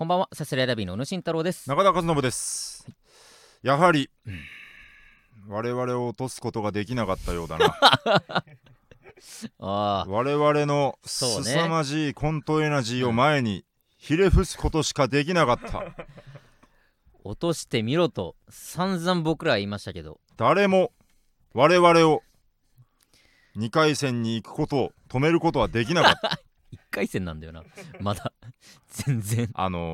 こんばんは、サスレラビーの宇野慎太郎です。 中田和信です、やはり、我々を落とすことができなかったようだなあ我々のそうね凄まじいコントエナジーを前にひれ伏すことしかできなかった、 落としてみろと散々僕らは言いましたけど、 誰も我々を2回戦に行くことを止めることはできなかった 1回戦なんだよなまだ全然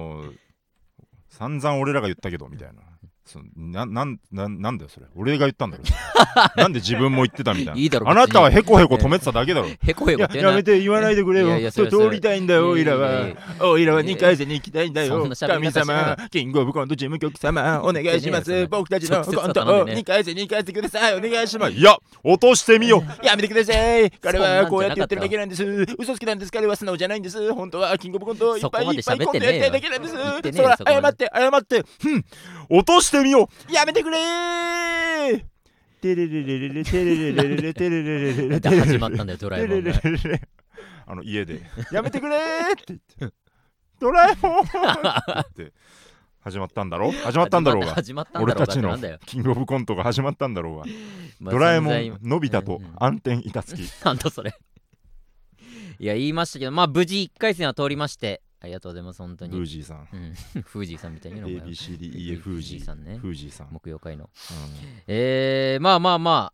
散々俺らが言ったけどみたいな、なんだよそれ、俺が言ったんだろなんで自分も言ってたみたいな。 いいだろあなたはヘコヘコ止めてただけだろへこへこってやめて言わないでくれよ。通りたいんだよ、おいらは。おいらは2回戦に行きたいんだよ。神様、キングオブコント事務局様、お願いします。僕たちのコントを2回戦に行かせてください。お願いします。いや、落としてみよ。やめてください。彼はこうやって言ってるだけなんです。嘘つきなんです。彼は素直じゃないんです。本当はキングオブコントいっぱいいっぱいコントやりたいだけなんです。そら、謝って。落としてみよう。やめてくれー。テレレレレレテレレレレレテレレレレレで始まったんだよドラえもんが家でやめてくれーって言ってドラえもんって言って始まったんだろうが俺たちのキングオブコントが始まったんだろうが、ドラえもんのび太と暗転板付きなんとそれいや言いましたけど、まあ無事1回戦は通りましてありがとうございます。本当にフージーさん、 フージーさんみたいに ABCDEF フージーさんね、 フージーさん木曜会の、まあまだ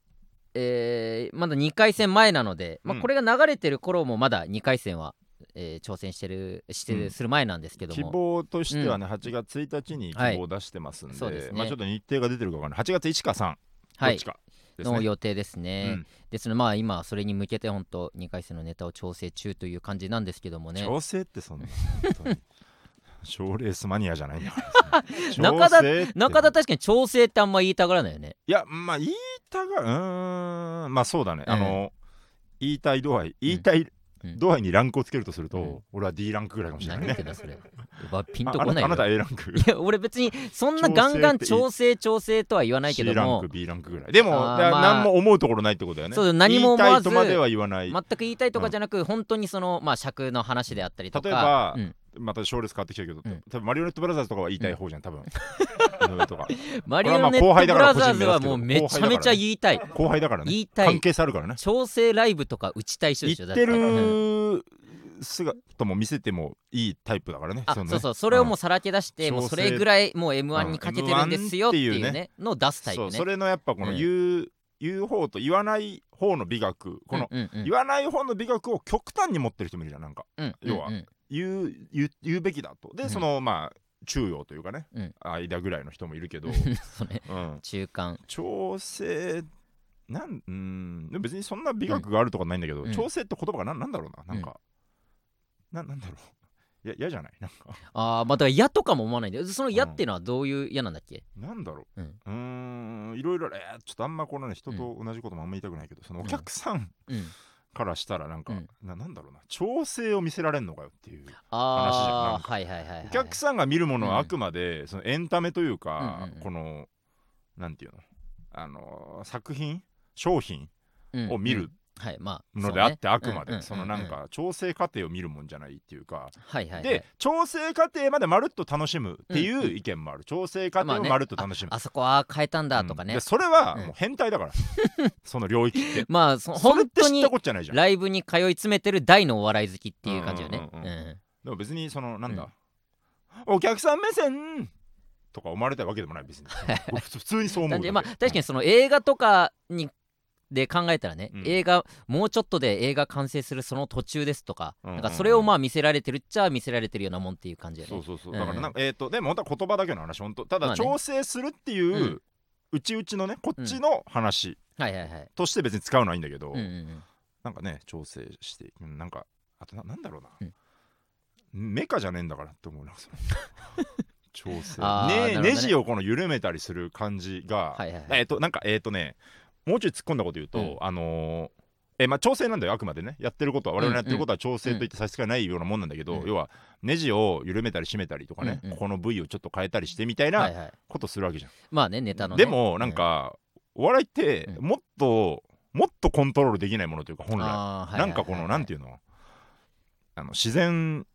2回戦前なので、これが流れてる頃もまだ2回戦は、挑戦する前なんですけども、 希望としてはね、8月1日に希望を出してますんで、ちょっと日程が出てるか分からない。8月1か3、どっちかの予定ですね。ですので今それに向けて本当2回戦のネタを調整中という感じなんですけどもね。 調整ってそんな賞レースマニアじゃないんだから中田確かに調整ってあんま言いたがらないよね。 いやまあ言いたがまあそうだね、言いたい度合いにランクをつけるとすると、俺は D ランクぐらいかもしれないね。 何言ってんだそれピンとこないよ。 あなた A ランク。 いや俺別にそんなガンガン調整とは言わないけども C ランク B ランクぐらいでも何も思うところないってことだよね。 そう何も思わず言いたいとまでは言わない、 全く言いたいとかじゃなく、本当にその尺の話であったりとか、 例えば、また賞レース変わってきたけど、多分マリオネットブラザーズとかは言いたい方じゃん多分井上とかマリオネットブラザーズはもうめちゃめちゃ言いたい、 後輩だからね、 言いたい、 関係性あるからね。 調整ライブとか打ちたい人でしょ。 言ってる姿も見せてもいいタイプだからね。 そうそれをもうさらけ出して、もうそれぐらいもう M1 にかけてるんですよっていうねのを出すタイプね。 それのやっぱこの言う方と言わない方の美学、この言わない方の美学を極端に持ってる人もいるじゃん。なんか要は言うべきだと。でその中庸というかね、間ぐらいの人もいるけど中間調整でも別にそんな美学があるとかないんだけど、調整って言葉がなんだろうな、なんかなんだろう、嫌じゃない、なんかまあだから嫌とかも思わないんだよ。その嫌っていうのはどういう嫌なんだっけ。 なんだろう、いろいろちょっとあんまこのね人と同じこともあんま言いたくないけど、そのお客さんからしたらなんかなんだろうな、調整を見せられんのかよっていう話じゃん。お客さんが見るものはあくまでそのエンタメというか、このなんていうの、作品商品を見るのであって、あくまでそのなんか調整過程を見るもんじゃないっていうか、で調整過程までまるっと楽しむっていう意見もある。調整過程をまるっと楽しむ、 あそこは変えたんだとかね。 それはもう変態だからその領域って本当にライブに通い詰めてる大のお笑い好きっていう感じよね。 でも別にそのなんだ、お客さん目線とか思われたいわけでもない別に普通にそう思う。 確かにその映画とかにで考えたらね、映画もうちょっとで映画完成するその途中ですとか、なんかそれを見せられてるっちゃ見せられてるようなもんっていう感じやね。 そうだからでも本当は言葉だけの話、本当ただ調整するっていう内々のねこっちの話として別に使うのはいいんだけど、なんかね調整してなんかあとなんだろうな、メカじゃねえんだからって思うな調整ネジをこの緩めたりする感じがなんかもうちょい突っ込んだこと言うと、調整なんだよ、あくまでね。やってることは我々のやってることは調整といって差し支えないようなもんなんだけど、要はネジを緩めたり締めたりとかね、ここの部位をちょっと変えたりしてみたいなことするわけじゃん。 まあね、ネタのね。 でもなんかお笑いってもっとコントロールできないものというか、本来なんかこのなんていうの、自然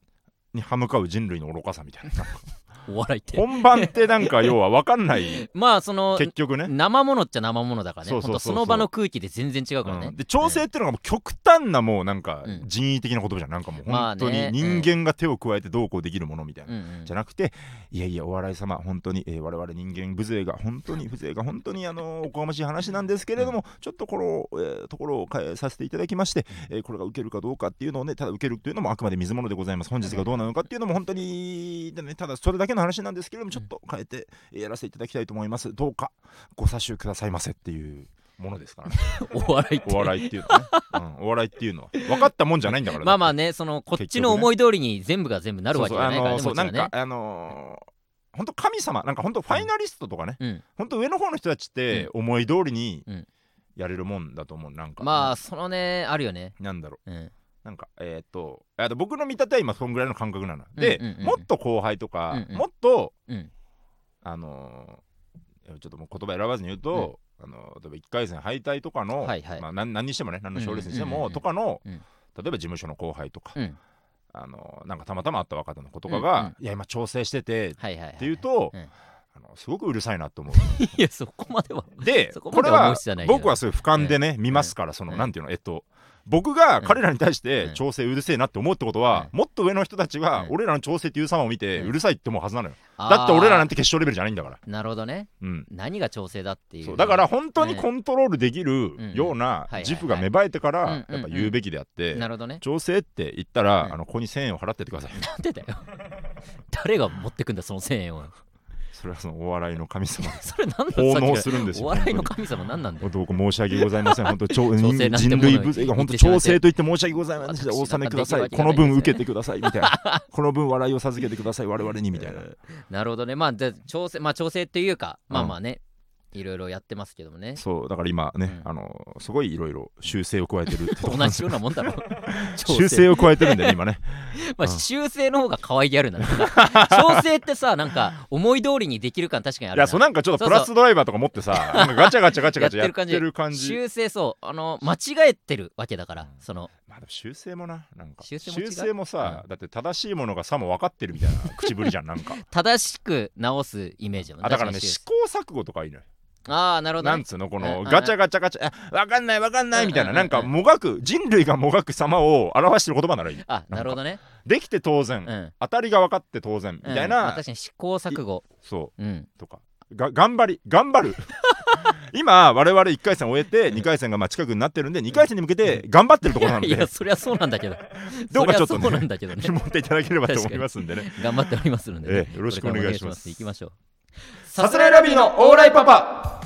に歯向かう人類の愚かさみたいなお笑いって本番ってなんか要は分かんないまあその結局ね生ものっちゃ生ものだからね。ほんとその場の空気で全然違うからね、 で調整っていうのがもう極端なもうなんか人為的な言葉じゃん。なんかもう本当に人間が手を加えてどうこうできるものみたいな、じゃなくていやいやお笑い様本当に、我々人間風情が本当におこがましい話なんですけれども、ちょっとこの、ところを変えさせていただきまして、これが受けるかどうかっていうのをね、ただ受けるっていうのもあくまで水物でございます。本日がどうなのかっていうのも本当にで、ね、ただそれだけの話なんですけれども、ちょっと変えてやらせていただきたいと思います。どうかご査集くださいませっていうものですからねお笑いっていうのはね、お笑いっていうのは分かったもんじゃないんだからまあまあね、そのこっちの思い通りに全部が全部なるわけじゃないからね。 そうなんか本当神様なんか本当ファイナリストとかね、本当上の方の人たちって思い通りにやれるもんだと思う。なんかまあそのねあるよね。 なんだろう、なんか僕の見立ては今そんぐらいの感覚なので、もっと後輩とか、もっとちょっともう言葉選ばずに言うと、例えば1回戦敗退とかの、まあ、何にしてもね、何の賞レースにしてもとかの、例えば事務所の後輩とか、なんかたまたま会った若手の子とかが、いや今調整しててって言うと、すごくうるさいなと思ういやそこまではでこれは僕はそういう俯瞰でね、見ますから、そのなんていうの僕が彼らに対して調整うるせえなって思うってことは、もっと上の人たちが俺らの調整っていう様を見てうるさいって思うはずなのよ。だって俺らなんて決勝レベルじゃないんだから。 なるほどね、何が調整だっていう。 そうだから本当にコントロールできるような自負が芽生えてからやっぱ言うべきであって、 なるほどね、 調整って言ったらここに1000円を払ってってください。 なんでだよ誰が持ってくんだその1000円を。 それはそのお笑いの神様それ何奉納するんですよ。 お笑いの神様何なんだよ。 どうか申し訳ございません。本当人類無勢が本当調整と言って申し訳ございません。お納めください。この分受けてくださいみたいな。この分笑いを授けてください我々にみたいな。 なるほどね。まあ調整っていうかまあまあね、いろいろやってますけどもね。 そうだから今ね、すごいいろいろ修正を加えてるって同じようなもんだろ修正を加えてるんだよね今ねまあ修正の方が可愛げあるな調整ってさ、なんか思い通りにできる感確かにあるな。 いやそうなんかちょっとプラスドライバーとか持ってさなんかガチャガチャやってる感じ。 修正そう間違えてるわけだから、そのまあでも修正もな、なんか修正もさ、だって正しいものがさも分かってるみたいな口ぶりじゃんなんか正しく直すイメージもだからね、試行錯誤とかいいのよ。 なるほど、ね、 なんつうのこのガチャガチャ分かんないみたいな、なんかもがく人類がもがく様を表してる言葉ならいい。 なるほどね。 できて当然、当たりが分かって当然みたいな、 確かに試行錯誤そう、とか頑張る今我々1回戦終えて2回戦が近くになってるんで2回戦に向けて頑張ってるところなので、 いやそりゃそうなんだけどどうかちょっとねそうなんだけどね持っていただければと思いますんでね頑張っておりますので、 よろしくお願いします。 いきましょう。 さすらいラビーのオーライパパ。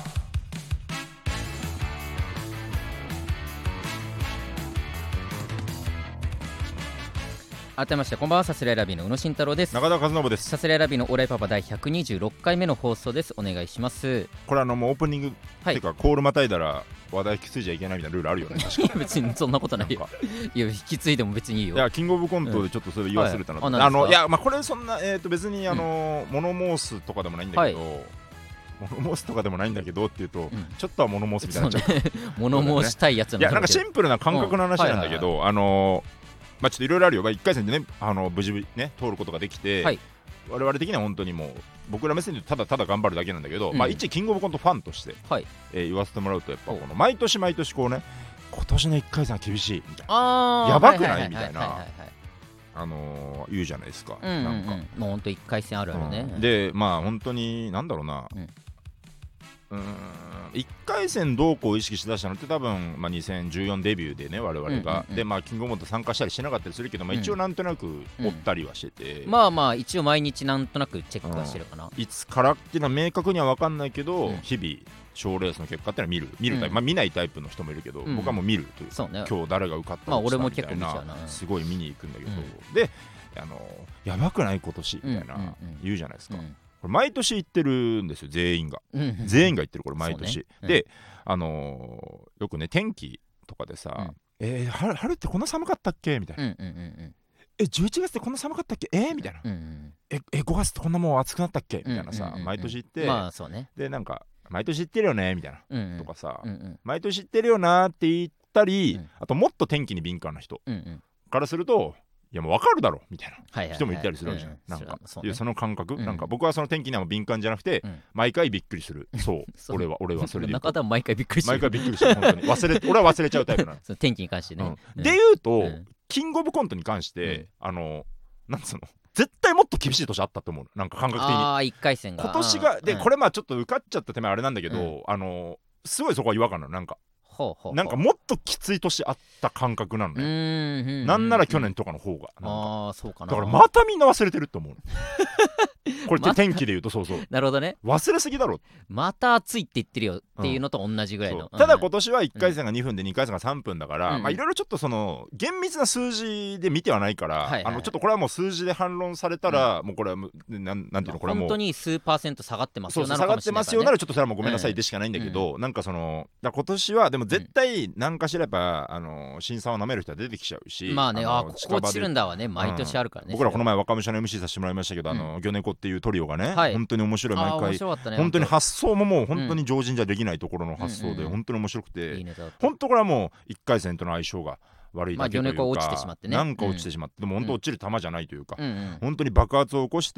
改めましてこんばんは、さすらいラビーの宇野慎太郎です。 中田和信です。 さすらいラビーのオーライパパ第126回目の放送です。お願いします。 これもうオープニング、っていうかコールまたいだら話題引き継いじゃいけないみたいなルールあるよね。 いや別にそんなことないよ。いや引き継いでも別にいいよ。 いやキングオブコントでちょっとそれ言わせるたの、いやまあこれそんな別に物申すとかでもないんだけど、物申すとかでもないんだけどっていうと、ちょっとは物申すみたいになっちゃう。 物申したいやつなんだけど。 いやなんかシンプルな感覚の話なんだけど、まあちょっといろいろあるよ。1回戦でね無事ね通ることができて、我々的には本当にもう僕ら目線でただただ頑張るだけなんだけど、まあ一キングオブコントファンとして言わせてもらうと、やっぱこの毎年こうね、今年の1回戦は厳しいみたいな、やばくないみたいな言うじゃないですか。なんかもう本当1回戦あるあるね。 でまあ本当になんだろうな、1回戦どうこう意識しだしたのって多分、2014デビューでね我々が、でキングオブコント参加したりしなかったりするけど、一応なんとなく追ったりはしてて、 まあ一応毎日なんとなくチェックはしてるかな。 いつからっていうのは明確には分かんないけど、日々賞レースの結果ってのは見るタイプ、見ないタイプの人もいるけど、僕はもう見るという、今日誰が受かったのかみたいな、すごい見に行くんだけど、でやばくない今年みたいな言うじゃないですか。これ毎年行ってるんですよ、全員が行ってる、これ毎年、でよくね天気とかでさ、春ってこんな寒かったっけみたいな、11月ってこんな寒かったっけみたいな、5月ってこんなもう暑くなったっけみたいなさ、毎年行って、でなんか毎年行ってるよねみたいな、とかさ、毎年行ってるよなって言ったり、あともっと天気に敏感な人からすると、 やもう分かるだろみたいな人もいたりするわけじゃん。なんかその感覚、なんか僕はその天気には敏感じゃなくて、毎回びっくりする。そう俺はそれで言うと中田は毎回びっくりしてる。 毎回びっくりしてる。本当に俺は忘れちゃうタイプなの。 その天気に関してね。 で言うとキングオブコントに関してなんつうの絶対もっと厳しい年あったと思う。なんか感覚的に。 1回戦が今年がでこれまあちょっと受かっちゃった手前あれなんだけど、すごいそこは違和感なの。なんかもっときつい年あった感覚なのね。なんなら去年とかの方がそうかな。 だからまたみんな忘れてるって思う。これって天気で言うとそうなるほどね。 忘れすぎだろ。 また暑いって言ってるよっていうのと同じぐらいの。 ただ今年は1回戦が2分で2回戦が3分だからいろいろちょっとその厳密な数字で見てはないからちょっとこれはもう数字で反論されたらもうこれはなんていうのこれはもう本当に数パーセント下がってますよ下がってますよならちょっとそれはもうごめんなさいでしかないんだけど、なんかその今年はでも絶対何かしらやっぱ審査をなめる人は出てきちゃうし、 まあねここ落ちるんだわね毎年あるからね。 僕らこの前若武者の MC させてもらいましたけど魚猫っていうトリオがね本当に面白い毎回本当に発想ももう本当に常人じゃできないところの発想で本当に面白くて本当これはもう1回戦との相性が悪いだけというか、 落ちてしまってね、 なんか落ちてしまって、でも本当落ちる球じゃないというか、本当に爆発を起こして、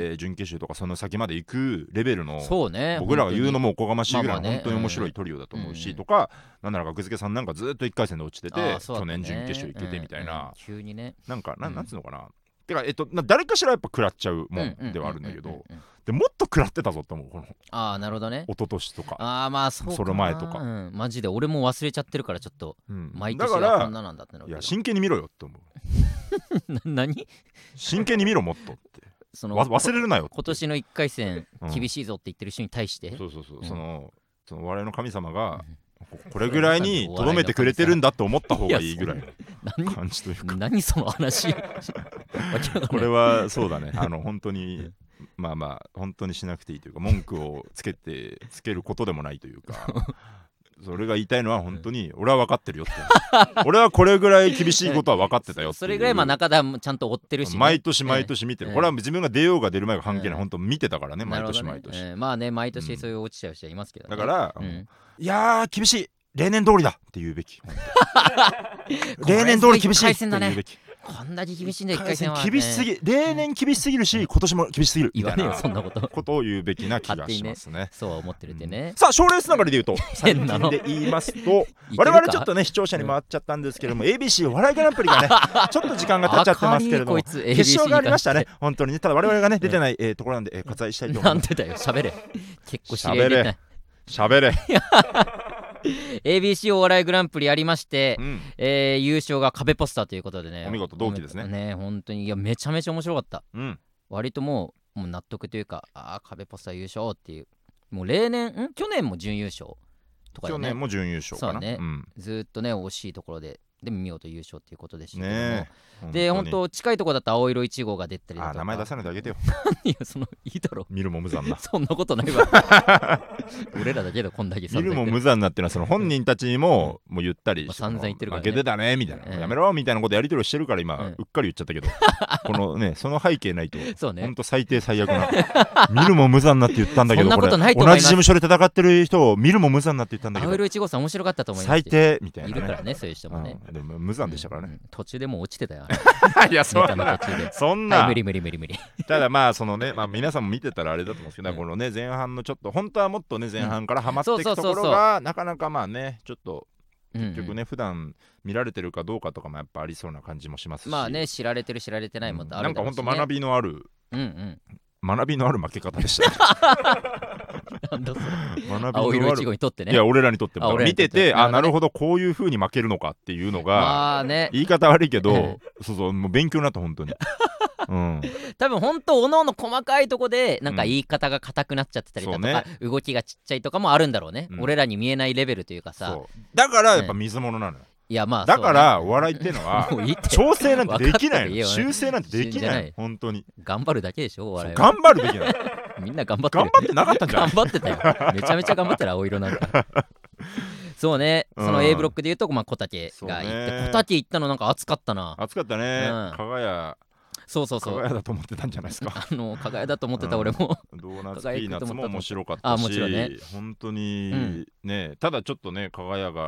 準決勝とかその先まで行くレベルの、僕らが言うのもおこがましいぐらいの本当に面白いトリオだと思うし、とかなんなら学付けさんなんかずっと1回戦で落ちてて、去年準決勝行けてみたいな、 急にねなんかなんつうのかな、てか誰かしらやっぱ食らっちゃうもんではあるんだけど、でもっと食らってたぞって思う。このなるほどね。 一昨年とかまあそうかな、 その前とか、 マジで俺も忘れちゃってるからちょっと、毎年はこんななんだっての。 いや真剣に見ろよって思う。 何真剣に見ろもっとって忘れるなよ。 今年の1回戦厳しいぞって言ってる人に対して、 そうその笑いの神様がこれぐらいにとどめてくれてるんだって思った方がいいぐらいの感じというか。 何その話これはそうだね、本当にまあ本当にしなくていいというか、文句をつけることでもないというかそれが言いたいのは本当に俺は分かってるよって俺はこれぐらい厳しいことは分かってたよってそれぐらい中田もちゃんと追ってるし、ね、 毎年見てる、これは自分が出ようが出る前が関係ない、本当見てたからね毎年、 まあね毎年そういう落ちちゃう人はいますけど、ね、 だから、いやー厳しい例年通りだって言うべき例年通り厳しいって言うべき。 こんだけ厳しいんだ1回戦は、 厳しすぎ、例年厳しすぎるし、今年も厳しすぎるみたいなそんなことを言うべきな気がしますね。 そう思ってるってね。 さあ賞レース流れで言うと最近で言いますと我々ちょっとね視聴者に回っちゃったんですけども、ABC お笑いグランプリがねちょっと時間が経っちゃってますけれども決勝がありましたね本当にね。ただ我々がね出てないところなんで割愛したいと思います。 なんでだよ喋れ、結構知り合い出ない喋れ ABC お笑いグランプリありまして、優勝が壁ポスターということでね、 お見事同期ですね。 本当にいやめちゃめちゃ面白かった、割ともう納得というか、壁ポスター優勝っていう、もう例年去年も準優勝とか、ね、 去年も準優勝かな、 そうね、ずっとね惜しいところで見事優勝っていうことでしたけども、ね、で本当近いところだと青色1号が出たりだとか、 名前出さないであげてよいやいいだろ見るも無残なそんなことないわ俺らだけどこんだけ見るも無残なっていうのはその本人たちにももう言ったり散々言ってるからね、 負けてたねみたいな、やめろみたいなことやり取りをしてるから今、うっかり言っちゃったけどこのねその背景ないとほんと最低最悪な見るも無残なって言ったんだけど、これ同じ事務所で戦ってる人を見るも無残なって言ったんだけど、 青色1号さん面白かったと思います。 最低みたいな、 いるからねそういう人もね、 でも無残でしたからね、 途中でもう落ちてたよいやそんな、 無理ただまあそのね、皆さんも見てたらあれだと思うんですけど、このね前半のちょっと本当はもっとね前半からハマっていくところがなかなかまあねちょっと結局ね普段見られてるかどうかとかもやっぱありそうな感じもしますし、 まあね知られてる知られてないもあるだろうし、ね、 なんか本当学びのある学びのある負け方でしたなんだそれ学びのある青色1号にとってね、 いや俺らにとっても見ててなるほどこういう風に負けるのかっていうのが、言い方悪いけどそうもう勉強になった本当に多分本当おのおの細かいとこでなんか言い方が硬くなっちゃってたりだとか、動きがちっちゃいとかもあるんだろうね、俺らに見えないレベルというかさ、 だからやっぱ水物なのよ。 いやまあだからお笑いっていうのは調整なんてできないの、修正なんてできないの、本当に頑張るだけでしょお笑いは。 頑張るべきなのみんな頑張ってる。 頑張ってなかったんじゃない？ 頑張ってたよめちゃめちゃ頑張ってる青色なんかそうね、その A ブロックでいうと小竹が行って、小竹行ったのなんか熱かったな。 熱かったね、加賀屋。 そう加賀屋だと思ってたんじゃないですか。 加賀屋だと思ってた俺も。 ドーナツピーナッツも面白かったし、 もちろんね、 本当にね、ただちょっとね加賀屋が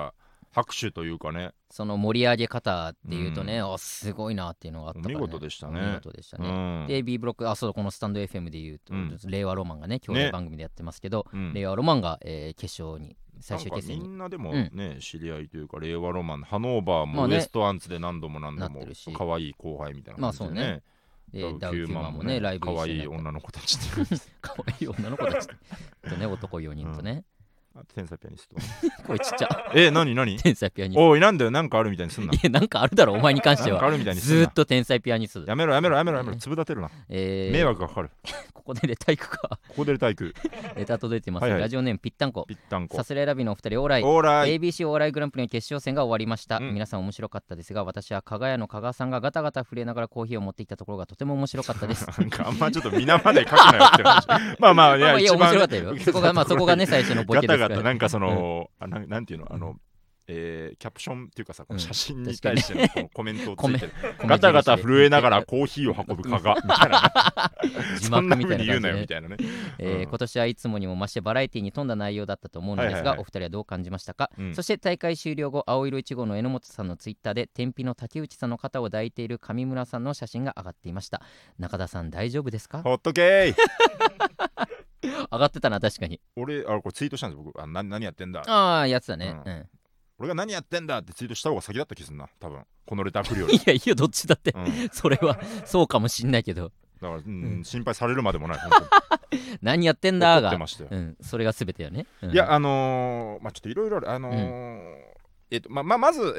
拍手というかね、 その盛り上げ方っていうとね、すごいなっていうのがあったから、ね、 見事でしたね。 見事でしたね、で B ブロック、そうこのスタンド FM でいうと、令和ロマンがね共同番組でやってますけど、令和ロマンが、決勝に最終決戦に、 みんなでもね、知り合いというか令和ロマンハノーバーもウエストアンツで何度も可愛い後輩みたいな感じでね、 でダウ9万もねライブ可愛い女の子たち可愛い女の子たちとね、男4人とね、 天才ピアニスト声ちっちゃ。 何天才ピアニスト。 おい、なんだよ、なんかあるみたいにすんな。 いや、なんかあるだろ、お前に関しては。 なんかあるみたいにずーっと天才ピアニスト。 やめろ、粒立てるな。迷惑がかかる。 ここでレタイクか。 ここでレタイク。 レタ届いてます。ラジオネームぴったんこ。さすらいラビのお二人、オーライ。ABC お笑いグランプリの決勝戦が終わりました。皆さん面白かったですが、私は加賀屋の加賀さんがガタガタ震えながらコーヒーを持ってきたところがとても面白かったです。 なんかあんまちょっと皆まで書くなよって話。まあ、いや、 面白かったよ。そこがね、最初のボケですから。 ガタガタ、なんかその、なんていうの、キャプションっていうかさ、この写真に対してのこのコメントをついてる、ガタガタ震えながらコーヒーを運ぶ加賀みたいな字幕みたいな感じで、そんな風に言うなよみたいなね。 今年はいつもにも増してバラエティに富んだ内容だったと思うのですが、お二人はどう感じましたか？そして大会終了後、青色1号の榎本さんのツイッターで天日の竹内さんの肩を抱いている上村さんの写真が上がっていました。中田さん大丈夫ですか？ ほっとけー上がってたな、確かに。 俺これツイートしたんです、僕。何やってんだ。 やつだね。 俺が何やってんだってツイートした方が先だった気すんな、多分このレター来るより。 いやいいよ、どっちだって、それはそうかもしんないけど、 だから、心配されるまでもない。 何やってんだが、それが全てよね。 いや、ちょっといろいろある。まず、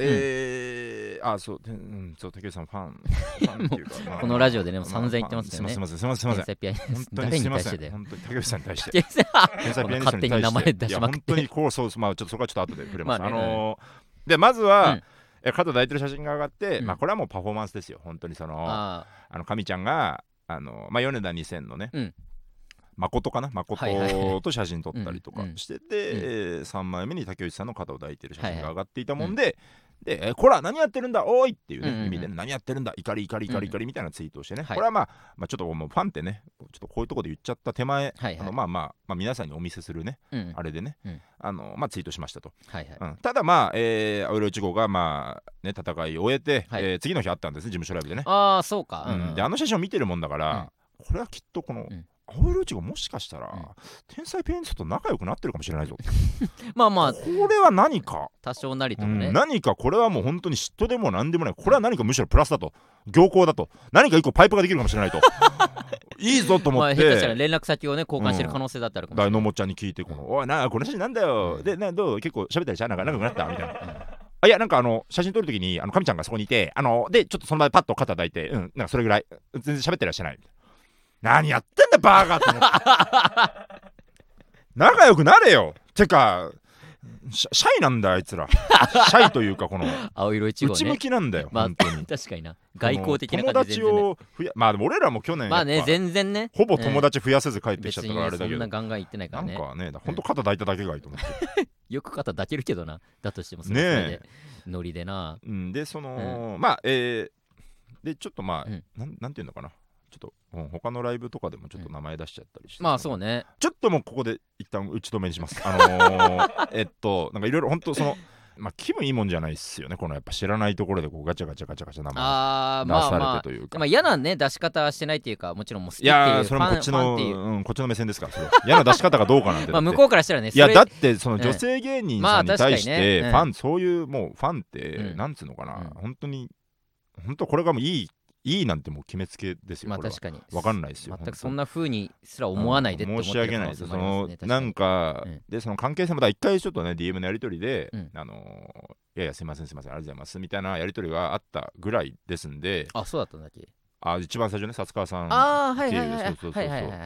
竹内さんファンっていうか、 このラジオでね、散々言ってますよね。 すみません。本当にすみません。本当に竹内さんに対して。天才ピアニストに対して。勝手に名前出しまくって。本当にちょっとそこはちょっと後で触れます。で、まずは、肩抱いてる写真が上がって、これはもうパフォーマンスですよ。本当に上ちゃんが、米田2000のね、誠と写真撮ったりとかしてて、3枚目に竹内さんの肩を抱いてる写真が上がっていたもんで、こら何やってるんだおいっていうね、意味で何やってるんだ怒りみたいなツイートをしてね、これはまあちょっともうファンってね、ちょっとこういうところで言っちゃった手前、皆さんにお見せするね、あれでね、ツイートしましたと。ただ青色1号が戦いを終えて、次の日あったんですね、事務所ライブでね。 そうか。 で写真を見てるもんだから、これはきっとこの青色1号もしかしたら、天才ピアニストと仲良くなってるかもしれないぞ。これは何か多少なりともね、 何かこれはもう本当に嫉妬でも何でもない、これは何かむしろプラスだと、良好だと、何か一個パイプができるかもしれないといいぞと思って、 下手したら連絡先をね交換してる可能性だったらかもしれない。 野茂ちゃんに聞いて、おいこの写真なんだよ、でどう結構喋ったりした、仲良くなったみたいな。いや、なんか写真撮るときに上ちゃんがそこにいて、でちょっとその場でパッと肩抱いて、なんかそれぐらい全然喋ってらっしゃない。何やってんだバーガーと思って仲良くなれよ。てかシャイなんだあいつら。シャイというかこの青色1号ね、 内向きなんだよ、本当に。 確かにな、外交的な感じで友達をでも俺らも去年全然ね、 ほぼ友達増やせず帰ってきちゃったからあれだけど、 そんなガンガン言ってないからね。 なんかね、ほんと肩抱いただけがいいと思ってよく肩抱けるけどな、だとしてもそれでノリでな。 でそのでちょっとなんていうのかな、ちょっと他のライブとかでもちょっと名前出しちゃったりして、 そうね、 ちょっともうここで一旦打ち止めにします。なんかいろいろ本当その気分いいもんじゃないっすよね、このやっぱ知らないところでこうガチャガチャ名前出されてというか、 嫌なね出し方はしてないっていうか、もちろんもう好きっていう、いやそれもこっちの目線ですから、それ嫌な出し方がどうかなんて向こうからしたらね、 いやだってその女性芸人さんに対してファン、そういうもうファンってなんつうのかな、本当これがもういいなんてもう決めつけですよ。 確かに分かんないですよ。 全くそんな風にすら思わないでって思ってる申し訳ないです。なんかでその関係性も一回ちょっとね DM のやり取りで、いやすいませんありがとうございますみたいなやり取りがあったぐらいですんで。 そうだったんだっけ。 一番最初ね、薩川さんっていう、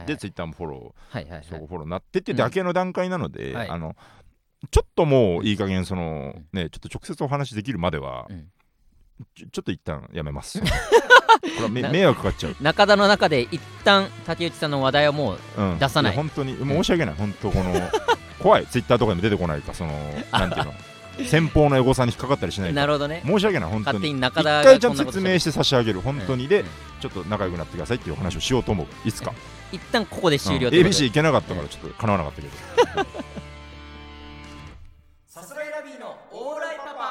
でツイッターもフォロー、そこフォローになってってだけの段階なので、ちょっともういい加減そのね、ちょっと直接お話できるまではちょっと一旦やめます。これは迷惑かかっちゃう。 中田の中で一旦竹内さんの話題はもう出さない。 本当に申し訳ない。本当この怖いツイッターとかにも出てこないか、そのなんていうの先方のエゴさんに引っかかったりしないか。 なるほどね。 申し訳ない本当に。 一回ちゃんと説明して差し上げる本当にで、ちょっと仲良くなってくださいっていう話をしようと思う。いつか。 一旦ここで終了。 ABC 行けなかったからちょっと叶わなかったけど。 さすらいラビーのオーライパパ。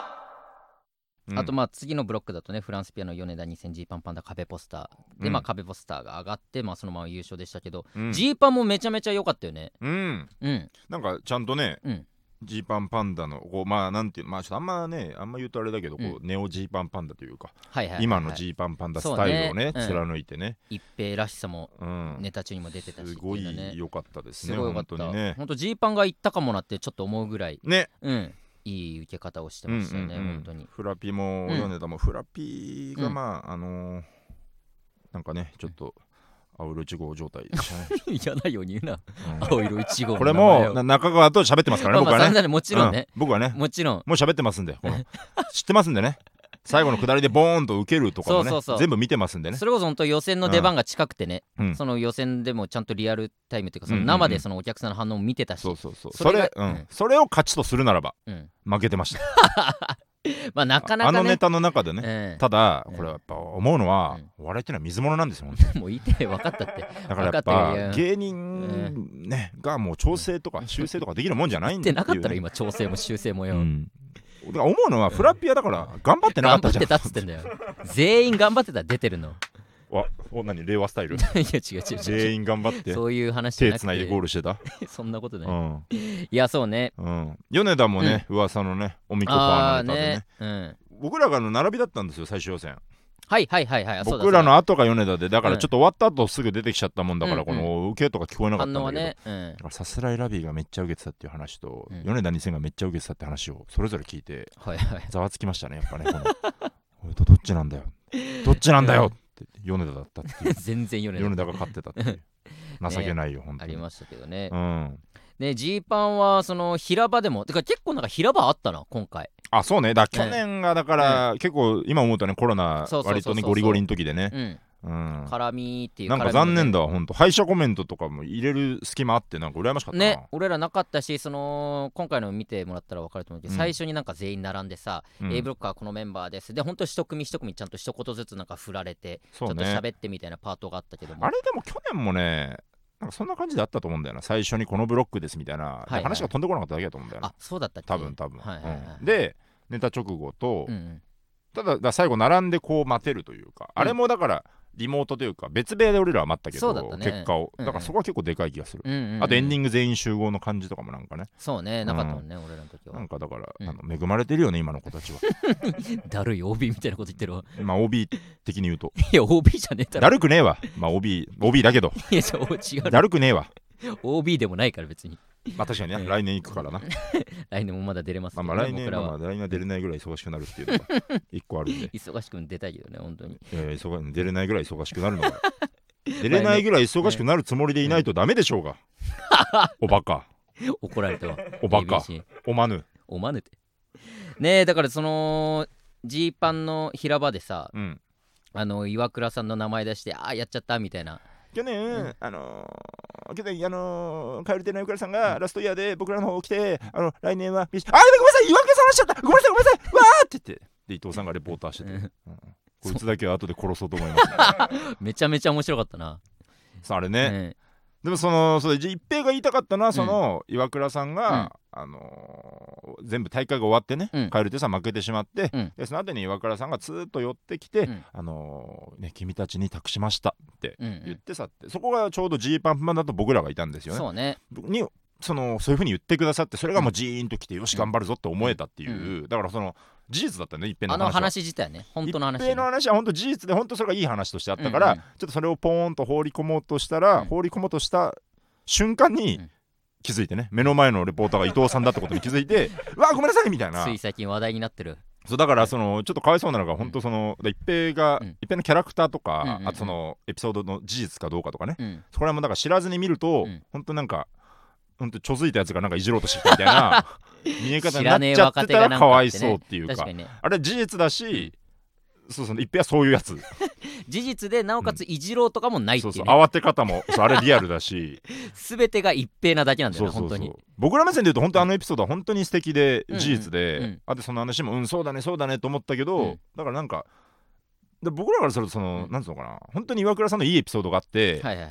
あとまあ次のブロックだとね、フランスピアノ米田2000ジーパンパンダ壁ポスターで、まあ壁ポスターが上がって、まあそのまま優勝でしたけど、ジーパンもめちゃめちゃ良かったよね。 なんかちゃんとね、ジーパンパンダのこうまあなんていうまあちょっとあんま言うとあれだけど、こうネオジーパンパンダというか、今のジーパンパンダスタイルをね貫いてね、 一平らしさもネタ中にも出てたし、 すごい良かったですね。 すごい良かったね。本当ジーパンがいったかもなってちょっと思うぐらいね、いい受け方をしてましたよね、本当に。 フラピも米田も、フラピがまあなんかねちょっと青色1号状態でしたね。 嫌なように言うな、青色1号。 これも中川と喋ってますからね、僕はね。 もちろんね、 僕はね、 もちろんもう喋ってますんで、知ってますんでね。最後の下りでボーンと受けるとかもね、全部見てますんでね。 それこそ本当予選の出番が近くてね、その予選でもちゃんとリアルタイムっていうか、その生でそのお客さんの反応を見てたし、 それを勝ちとするならば負けてました。 まあなかなかね、 あのネタの中でね、ただこれやっぱ思うのは、お笑いっていうのは水物なんですよ。 もう言って分かったって。 だからやっぱ芸人ねがもう調整とか修正とかできるもんじゃないんだよ。 言ってなかったら今調整も修正もよ。 だから思うのはフラピアだから頑張ってなかったじゃん。 頑張ってたっつってんだよ。全員頑張ってたら出てるの。 何令和スタイル。いや違う全員頑張ってそういう話手つないでゴールしてた。 そんなことない。いやそうね、 米田もね噂のねおみこファーのネタでね、僕らが並びだったんですよ最終予選。僕らの後が米田で、だからちょっと終わった後すぐ出てきちゃったもんだから、この受けとか聞こえなかったんだけど、さすらいラビーがめっちゃ受けてたっていう話と、米田2000がめっちゃ受けてたって話をそれぞれ聞いてざわつきましたね、やっぱね。どっちなんだよどっちなんだよって米田だったっていう。 全然米田が勝ってたっていう。情けないよ本当に。 ありましたけどね。ね、ジーパンはその平場でも、てか結構なんか平場あったな今回。 そうね、去年がだから結構今思うとね、コロナ割とねゴリゴリの時でね、 絡みっていうなんか残念だわ本当。敗者コメントとかも入れる隙間あってなんか羨ましかったな。 ね、俺らなかったし、その今回の見てもらったら分かると思うけど、最初になんか全員並んでさ、A ブロックはこのメンバーですで、本当一組一組ちゃんと一言ずつなんか振られて、ちょっと喋ってみたいなパートがあったけども、 あれでも去年もねなんかそんな感じであったと思うんだよな。最初にこのブロックですみたいな話が飛んでこなかっただけだと思うんだよな。 そうだったっけ。 多分でネタ直後と、ただ最後並んでこう待てるというか、あれもだからリモートというか別部屋で俺らは待ったけど、結果をだからそこは結構でかい気がする。あとエンディング全員集合の感じとかもなんかね、 そうね、なかったもんね、俺らの時は。 なんかだから恵まれてるよね今の子たちは。 だるい OB みたいなこと言ってるわ。 まあ OB 的に言うと、 いや OB じゃねえだろ。 だるくねえわ。まあ OB だけど、 いや違う、 だるくねえわ。 OB でもないから別に。 まあ確かにね、来年行くからな。 来年もまだ出れますけど、 来年は出れないぐらい忙しくなるっていうのが一個あるんで。 忙しく出たいけどね本当に。 出れないぐらい忙しくなるのが出れないぐらい忙しくなるつもりでいないとダメでしょうが。おバカ。 怒られたわ。 おバカ。おまぬってねえ。だからそのジーパンの平場でさ、岩倉さんの名前出してやっちゃったみたいな。 去年、蛙亭の岩倉さんがラストイヤーで僕らの方来て、来年はごめんなさい、岩倉さん話しちゃった、ごめんなさいわーって言って、で伊藤さんがレポーターしてて、こいつだけは後で殺そうと思います。 めちゃめちゃ面白かったな。 あれね。でもそれ一平が言いたかったのは、その岩倉さんが全部大会が終わってね、蛙亭さん負けてしまって、でその後に岩倉さんがツーッと寄ってきて、君たちに託しましたって言ってさって、そこがちょうどジーパンパンだと僕らがいたんですよね。 そうね。 そういう風に言ってくださって、それがもうジーンときて、よし頑張るぞって思えたっていう、だからその事実だったね、一平の話は。 話自体ね、本当の話。 一平の話は本当事実で、本当それがいい話としてあったから、ちょっとそれをポーンと放り込もうとした瞬間に気づいてね、目の前のレポーターが伊藤さんだってことに気づいて、うわごめんなさいみたいな。 つい最近話題になってる。 そうだからちょっとかわいそうなのが、本当その一平のキャラクターとか、あとそのエピソードの事実かどうかとかね、そこら辺もだから知らずに見ると、本当なんかほんとちょづいたやつがなんかいじろうとしてきたみたいな見え方になっちゃってたらかわいそうっていうか、あれ事実だし、一平はそういうやつ事実で、なおかついじろうとかもないっていうね。 慌て方もあれリアルだし全てが一平なだけなんだよね。本当に僕ら目線で言うと本当エピソードは本当に素敵で事実で、あとその話もそうだねと思ったけど、だからなんか僕らからするとなんつうのかな、本当に岩倉さんのいいエピソードがあって、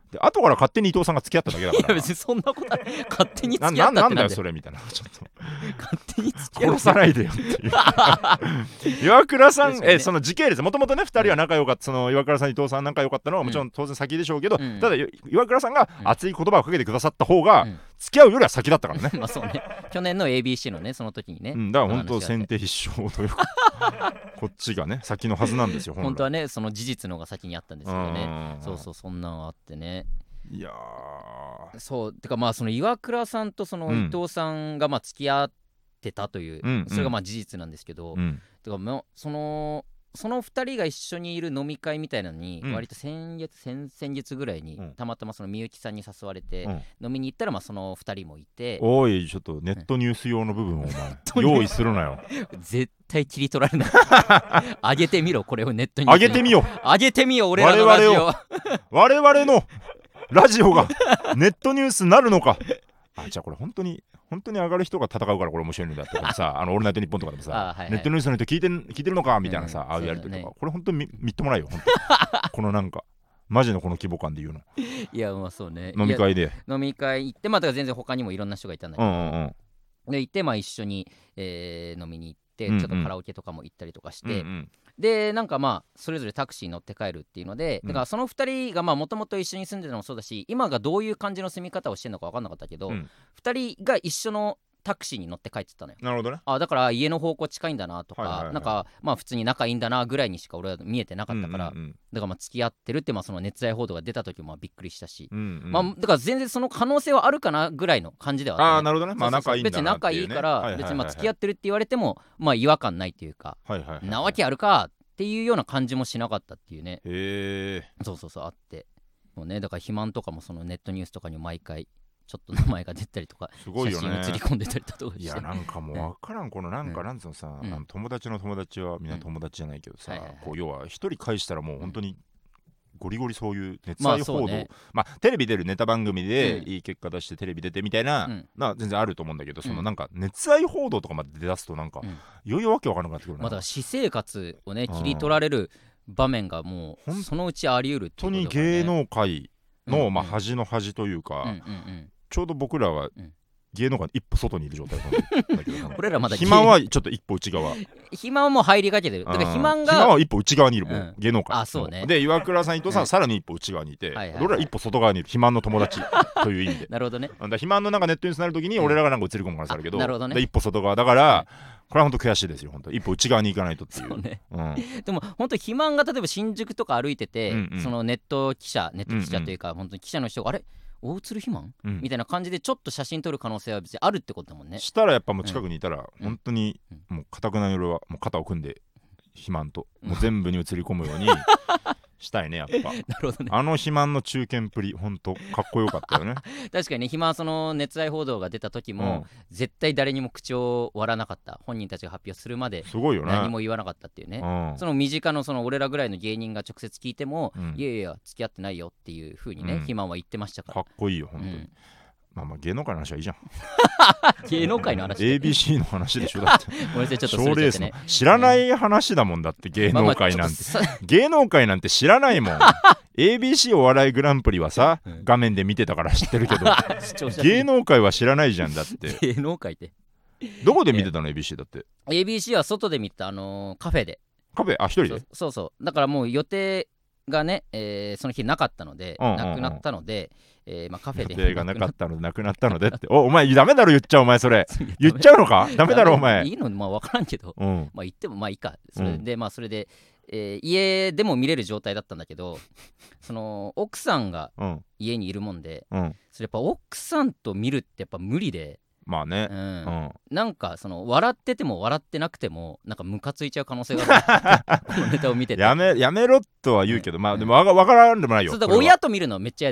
で後から勝手に伊藤さんが付き合っただけだから。 いや別にそんなことない。勝手に付き合ったってなんだよそれみたいな。ちょっと勝手に付き合う殺さないでよっていう岩倉さん、その時系列もともとね2人は仲良かった、その岩倉さん伊藤さん仲良かったのはもちろん当然先でしょうけど、ただ岩倉さんが熱い言葉をかけてくださった方が付き合うよりは先だったからね。 まあそうね、去年の ABC のねその時にね、 だから本当先手必勝というかこっちがね先のはずなんですよ。 本当はねその事実の方が先にあったんですけどね。そうそう、そんなのあってね。 いやそうてかまあその岩倉さんとその伊藤さんがまあ付き合ってたという、それがまあ事実なんですけど、てかその2人が一緒にいる飲み会みたいなのに、割と先日ぐらいに、たまたまそのみゆきさんに誘われて、飲みに行ったらまあその2人もいて、 おいちょっとネットニュース用の部分をお前用意するなよ絶対切り取られない上げてみろこれをネットに上げてみよ俺らのラジオ我々のラジオがネットニュースになるのか。じゃあこれ本当に上がる人が戦うからこれ面白いんだってさオールナイトニッポンとかでもさネットニュースの人聞いてるのかみたいなさ、ああいうやりとりとか、これ本当にみっともないよ本当このなんかマジのこの規模感で言うの。 いやまあそうね、 飲み会行ってまあだから全然他にもいろんな人がいたんだけど、で行ってまあ一緒に飲みに行ってちょっとカラオケとかも行ったりとかして、でなんかまあそれぞれタクシー乗って帰るっていうので、だからその2人がまあもともと一緒に住んでたのもそうだし、今がどういう感じの住み方をしてるのか分かんなかったけど、2人が一緒のタクシーに乗って帰ってたのよ。 なるほどね。 だから家の方向近いんだなとか、なんかまあ普通に仲いいんだなぐらいにしか俺は見えてなかったから、だからまあ付き合ってるってまあその熱愛報道が出た時もびっくりしたし、まあだから全然その可能性はあるかなぐらいの感じではあった、ね。 なるほどね。まあ仲いいんだなっていうね。 別に仲いいから別にまあ付き合ってるって言われてもまあ違和感ないっていうか、なわけあるかっていうような感じもしなかったっていうね。そうあって、もうねだから肥満とかもそのネットニュースとかに毎回ちょっと名前が出たりとか、 すごいよね、 写真写り込んでたりとかして、 いやなんかもう分からんこのなんかなんつうのさ、友達の友達はみんな友達じゃないけどさ、こう要は一人返したらもう本当にゴリゴリそういう熱愛報道、まあテレビ出るネタ番組でいい結果出してテレビ出てみたいな全然あると思うんだけど、そのなんか熱愛報道とかまで出だすとなんかいよいよわけわからなくなってくるな。 まだ私生活をね切り取られる場面がもうそのうちあり得るっていうことだからね。 本当に芸能界のまあ端の端というか、ちょうど僕らは芸能界の一歩外にいる状態なんだけど俺らまだ肥満はちょっと一歩内側、 肥満はもう入りかけてる。だから肥満は一歩内側にいるもん、芸能界。 そうね。 で岩倉さん伊藤さんはさらに一歩内側にいて、俺ら一歩外側にいる肥満の友達という意味でなるほどね。 肥満のなんかネットニュースになるときに俺らがなんか映り込む可能性あるけど、で一歩外側だからこれは本当悔しいですよ本当。一歩内側に行かないとっていう。 そうね、でも本当肥満が例えば新宿とか歩いてて、そのネット記者というか本当に記者の人があれ大鶴肥満、みたいな感じでちょっと写真撮る可能性は別にあるってことだもんね。 したらやっぱもう近くにいたら本当にもう固くな夜はもう肩を組んで肥満ともう全部に映り込むようにしたいねやっぱ。 なるほどね。 肥満の中堅っぷりほんとかっこよかったよね確かにね、肥満その熱愛報道が出た時も、絶対誰にも口を割らなかった。本人たちが発表するまですごいよね、 何も言わなかったっていうね、その身近のその俺らぐらいの芸人が直接聞いても、いやいや付き合ってないよっていう風にね、肥満は言ってましたから。 かっこいいよ本当に、まあ芸能界の話はいいじゃん芸能界の話 ABC の話でしょだってごめんなさいちょっとそれちゃってね、 知らない話だもんだって芸能界なんて、芸能界なんて知らないもんABC お笑いグランプリはさ、画面で見てたから知ってるけど芸能界は知らないじゃんだって。 芸能界ってどこで見てたの ABC だって。 ABC は外で見たカフェで。 カフェ一人で。 そうだからもう予定がね、その日なかったので、なくなったので、まあ、カフェで予定がなかったのでなくなったのでってお前ダメだろ言っちゃうお前それ言っちゃうのかダメだろお前。 いいのまあ分からんけど、まあ言ってもまあいいかそれで、まあそれで、家でも見れる状態だったんだけど、その奥さんが家にいるもんで、それやっぱ奥さんと見るってやっぱ無理で。 まあね、 なんかその笑ってても笑ってなくてもなんかムカついちゃう可能性があるこのネタを見ててやめろとは言うけど、まあでも分からんでもないよ。 そうだから親と見るのはめっちゃ嫌でしょ。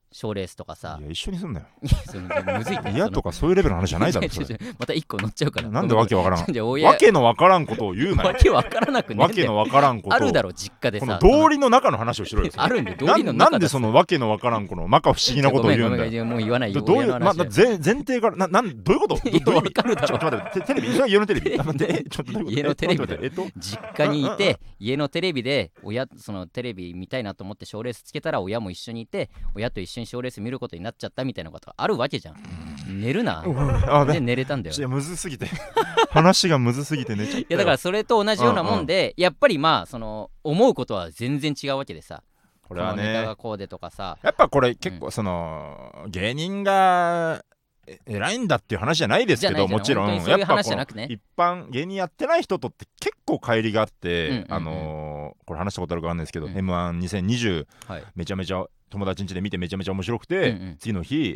賞レースとかさ。 いや一緒にすんなよむずいって嫌とかそういうレベルの話じゃないだろそれまた1個乗っちゃうからなんでわけわからんわけのわからんことを言うなよわけわからなくねわけのわからんことあるだろ実家でさこの道理の中の話をしろよあるんで道理の中なんでそのわけのわからんこの摩訶不思議なことを言うんだよもう言わないよどういう、前提からどういうこといやわかるだろちょっと待ってテレビ家のテレビ家のテレビで実家にいて家のテレビでそのテレビ見たいなと思って賞レースつけたら親も一緒にいて親と一緒に賞レース見ることになっちゃったみたいなことあるわけじゃん。寝るなで寝れたんだよ。 いやむずすぎて話がむずすぎて寝ちゃったよ。 いやだからそれと同じようなもんでやっぱりまあその思うことは全然違うわけでさこれはねこのネタがこうでとかさやっぱこれ結構その芸人が偉いんだっていう話じゃないですけどもちろんやっぱこの一般芸人やってない人とって結構乖離があってこれ話したことあるかわかんないですけど M12020 めちゃめちゃ友達ん家で見てめちゃめちゃ面白くて次の日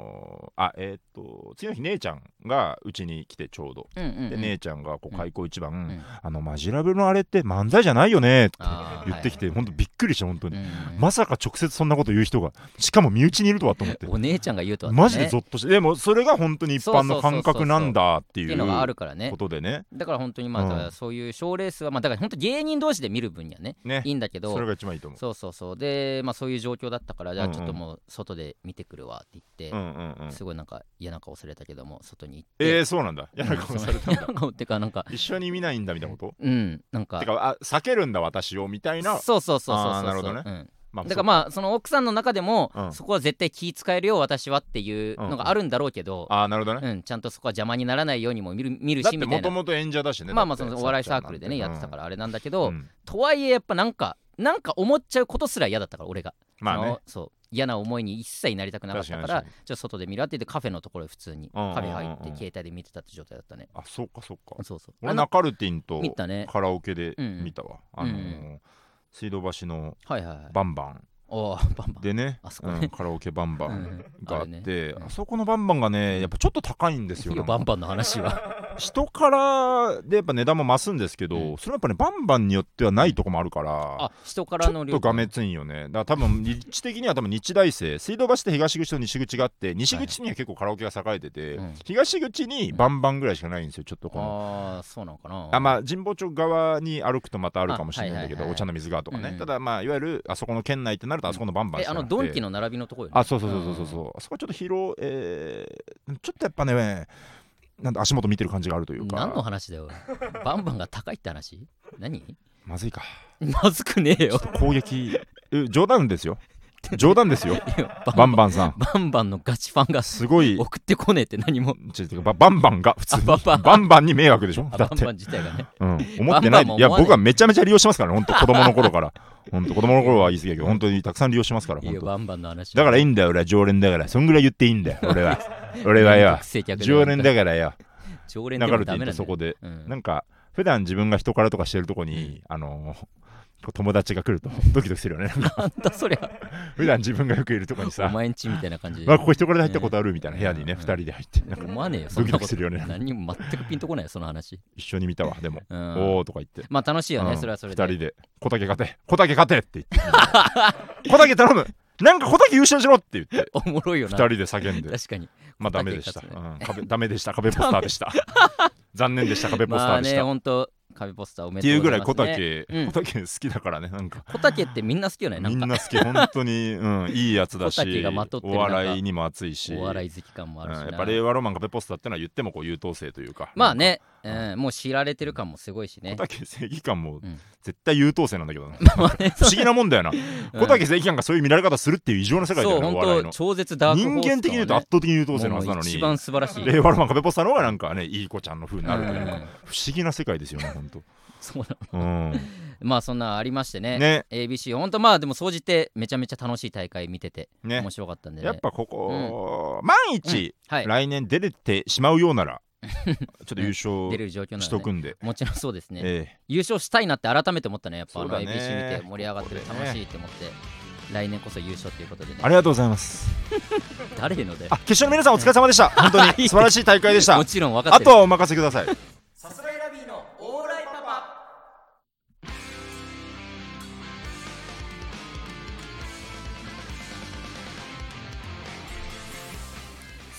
次の日姉ちゃんがうちに来てちょうどで姉ちゃんがこう開口一番マジラブのあれって漫才じゃないよねって言ってきて本当びっくりした本当にまさか直接そんなこと言う人がしかも身内にいるとはと思ってお姉ちゃんが言うとはマジでゾッとしてでもそれが本当に一般の感覚なんだっていうのがあるからねことでねだから本当にまあそういう賞レースはまあだから本当芸人同士で見る分にはねいいんだけどそれが一番いいと思うそうでまあそういう状況だったからじゃあちょっともう外で見てくるわって言ってすごいなんか嫌な顔されたけども外に行ってそうなんだ嫌な顔されたんだ嫌な顔ってかなんか一緒に見ないんだみたいなことなんかてか避けるんだ私をみたいなそうなるほどねだからまあその奥さんの中でもそこは絶対気使えるよ私はっていうのがあるんだろうけどなるほどねちゃんとそこは邪魔にならないようにも見るしみたいなだってもともと演者だしねまあそのお笑いサークルでねやってたからあれなんだけどとはいえやっぱなんか思っちゃうことすら嫌だったから俺がまあねそう嫌な思いに一切なりたくなかったからちょっと外で見ろって言ってカフェのところ普通にカフェ入って携帯で見てたって状態だったねそうかそう俺ナカルティンとカラオケで見たわ水道橋のバンバンでねカラオケバンバンがあってあそこのバンバンがねやっぱちょっと高いんですよバンバンの話は人からでやっぱ値段も増すんですけどそれはやっぱねバンバンによってはないとこもあるから人からのちょっとがめついんよねだから多分立地的には多分日大生水道橋って東口と西口があって西口には結構カラオケが栄えてて東口にバンバンぐらいしかないんですよちょっとこのそうなのかなまあ神保町側に歩くとまたあるかもしれないんだけどお茶の水側とかねただまあいわゆるあそこの県内ってなるとあそこのバンバンしかなくてドンキの並びのところよねそうあそこはちょっと広ちょっとやっぱねなん足元見てる感じがあるというか何の話だよバンバンが高いって話何まずいかまずくねえよ攻撃冗談ですよバンバンさんバンバンのガチファンがすごい送ってこねえって何もバンバンが普通にバンバンに迷惑でしょだってバンバン自体がね思ってないいや僕はめちゃめちゃ利用してますからね本当子供の頃から本当子供の頃は言い過ぎだけど本当にたくさん利用してますから本当バンバンの話だからいいんだよ俺は常連だからそんぐらい言っていいんだよ俺はよ常連だからよ常連でもダメなんだよそこでなんか普段自分が人からとかしてるとこに友達が来るとドキドキするよねなんだそりゃ普段自分がよくいるとこにさお前んちみたいな感じここ人からで入ったことあるみたいな部屋にね2人で入って思わねえよドキドキするよね何にも全くピンとこないよその話一緒に見たわでもおーとか言ってまあ楽しいよねそれはそれで 2人で小竹勝てって言って小竹頼むなんか小竹優勝しろって言っておもろいよな 2人で叫んで確かにまあダメでしたダメでした壁ポスターでした残念でした壁ポスターでしたまあね本当壁ポスターおめっていうぐらい小竹好きだからねなんか小竹ってみんな好きよねみんな好き本当にいいやつだしお笑いにも熱いしお笑い好き感もあるしやっぱ令和ロマン壁ポスターってのは言ってもこう優等生というかまあねもう知られてる感もすごいしね小竹正義感も絶対優等生なんだけど不思議なもんだよな小竹正義感がそういう見られ方するっていう異常な世界だよねお笑いの超絶ダークホース人間的に言うと圧倒的に優等生のはずなのに一番素晴らしい令和ロマン壁ポスターの方がなんかねいい子ちゃんの風になるというか不思議な世界ですよね本当そうなのまあそんなありましてね ABC 本当まあでも総じてめちゃめちゃ楽しい大会見てて面白かったんでねやっぱここ万一来年出れてしまうようならちょっと優勝出れる状況なしとくんでもちろんそうですね優勝したいなって改めて思ったねやっぱABC 見て盛り上がってる楽しいって思って来年こそ優勝ということでねありがとうございます誰ので決勝の皆さんお疲れ様でした本当に素晴らしい大会でしたもちろん分かってるあとはお任せくださいさすらいラビーのオーライパパ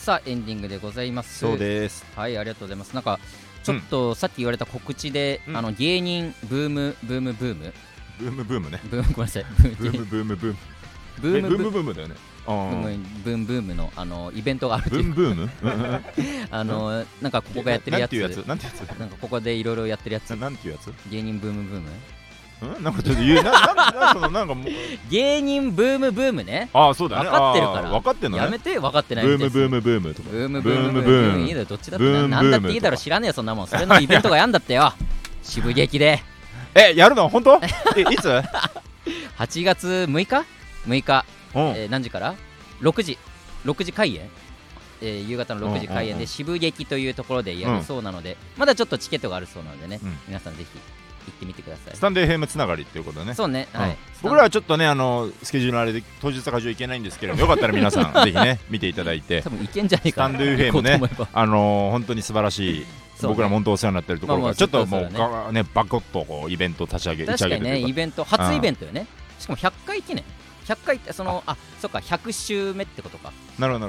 さあエンディングでございます。 そうです。 はい、ありがとうございます。なんかちょっとさっき言われた告知で、芸人ブームね。 ごめんなさい。ブームだよね。 ブームのイベントがあるっていう。 ブームなんかここがやってるやつ。 なんてやつ。 なんかここでいろいろやってるやつ。 なんていうやつ。 芸人ブーム。 なんかちょっと言うなんかもう芸人ブームね。 そうだね。 分かってるから。 分かってんのね。 やめて分かってないみたいな。ブームとか。 ブームいいだろ、どっちだってなんだっていいだろ、知らねえよそんなもん。それのイベントがやんだってよ。渋劇で。 やるの本当？いつ ？8月6日。何時から？6時開演。夕方の6時開演で渋劇というところでやるそうなので、まだちょっとチケットがあるそうなのでね、皆さんぜひ行ってみてください。 スタンド FM つながりっていうことね。 そうね、はい。 僕らはちょっとねスケジュールあれで当日会場行けないんですけど、よかったら皆さんぜひね見ていただいて。 多分行けんじゃねえかな。 スタンド FM ね、本当に素晴らしい。僕ら本当お世話になってるところがちょっともうねバコッとこうイベント立ち上げて。 確かにね、イベント初イベントよね。しかも100回記念。100回ってそっか100週目ってことか。 なるほど。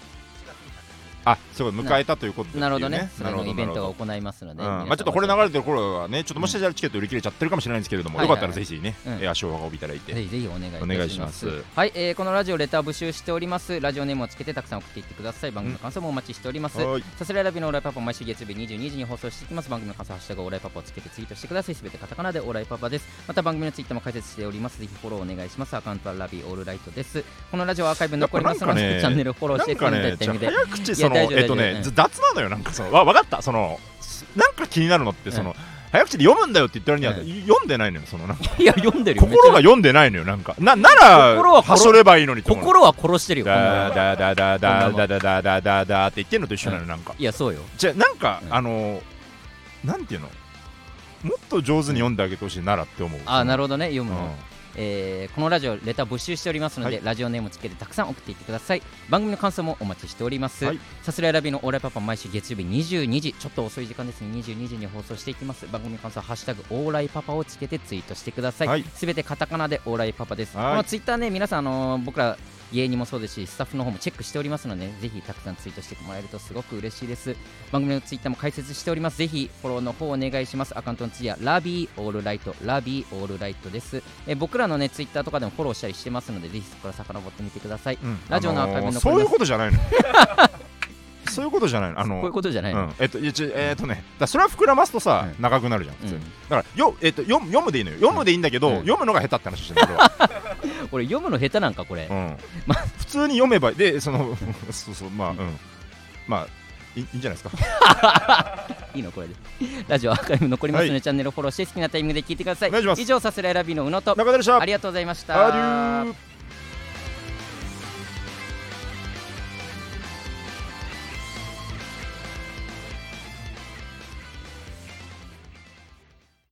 そう迎えたということで、 なるほどね。それのイベントが行いますので、ちょっとこれ流れてる頃はね、ちょっともしかしたらチケット売り切れちゃってるかもしれないんですけれども、よかったらぜひね足を運びいただいて、 ぜひお願いします。はい、このラジオレター募集しております。ラジオネームをつけてたくさん送っていってください。番組の感想もお待ちしております。さすらいラビのオーライパパ、毎週月曜日22時に放送していきます。番組の感想、ハッシュタグオーライパパをつけてツイートしてください。すべてカタカナでオーライパパです。また番組のツイッターも開設しております。ぜひフォローお願いします。アカウントはラビオールライトです。このラジオアーカイブ残りますのでチャンネルフォローしてください。 雑なのよ。なんか分かった。なんか気になるのって早口で読むんだよって言ったらには読んでないのよ。なんかいや読んでるよ。 心が読んでないのよ。なんかならはしょればいいのに。 心は殺してるよ。 ダって言ってんのと一緒なの。なんかいやそうよ。 じゃなんかなんていうの、もっと上手に読んであげてほしいならって思う。 なるほどね。読むの。このラジオレター募集しておりますので、ラジオネームをつけてたくさん送っていってください。番組の感想もお待ちしております。さすらいラビのオーライパパ、毎週月曜日22時、ちょっと遅い時間ですね、22時に放送していきます。番組の感想はハッシュタグオーライパパをつけてツイートしてください。すべてカタカナでオーライパパです。このツイッターね、皆さん僕ら芸人もそうですし、スタッフの方もチェックしておりますので、ぜひたくさんツイートしてもらえるとすごく嬉しいです。番組のツイッターも開設しております。ぜひフォローの方お願いします。アカウントの次はラビーオールライトです。僕らのねツイッターとかでもフォローしたりしてますので、ぜひそこから遡ってみてください。ラジオのアーカイブのそういうことじゃないの。そういうことじゃないの。 こういうことじゃないの。 それは膨らますとさ、長くなるじゃん普通に。だから読むでいいのよ。読むでいいんだけど、読むのが下手って話してる。 俺読むの下手なんかこれ。 普通に読めばでまあいいんじゃないですか。 いいのこれで。ラジオアーカイブ残りますので、チャンネルフォローして好きなタイミングで聞いてください。以上、さすらいラビの宇野と中田でした。 ありがとうございました。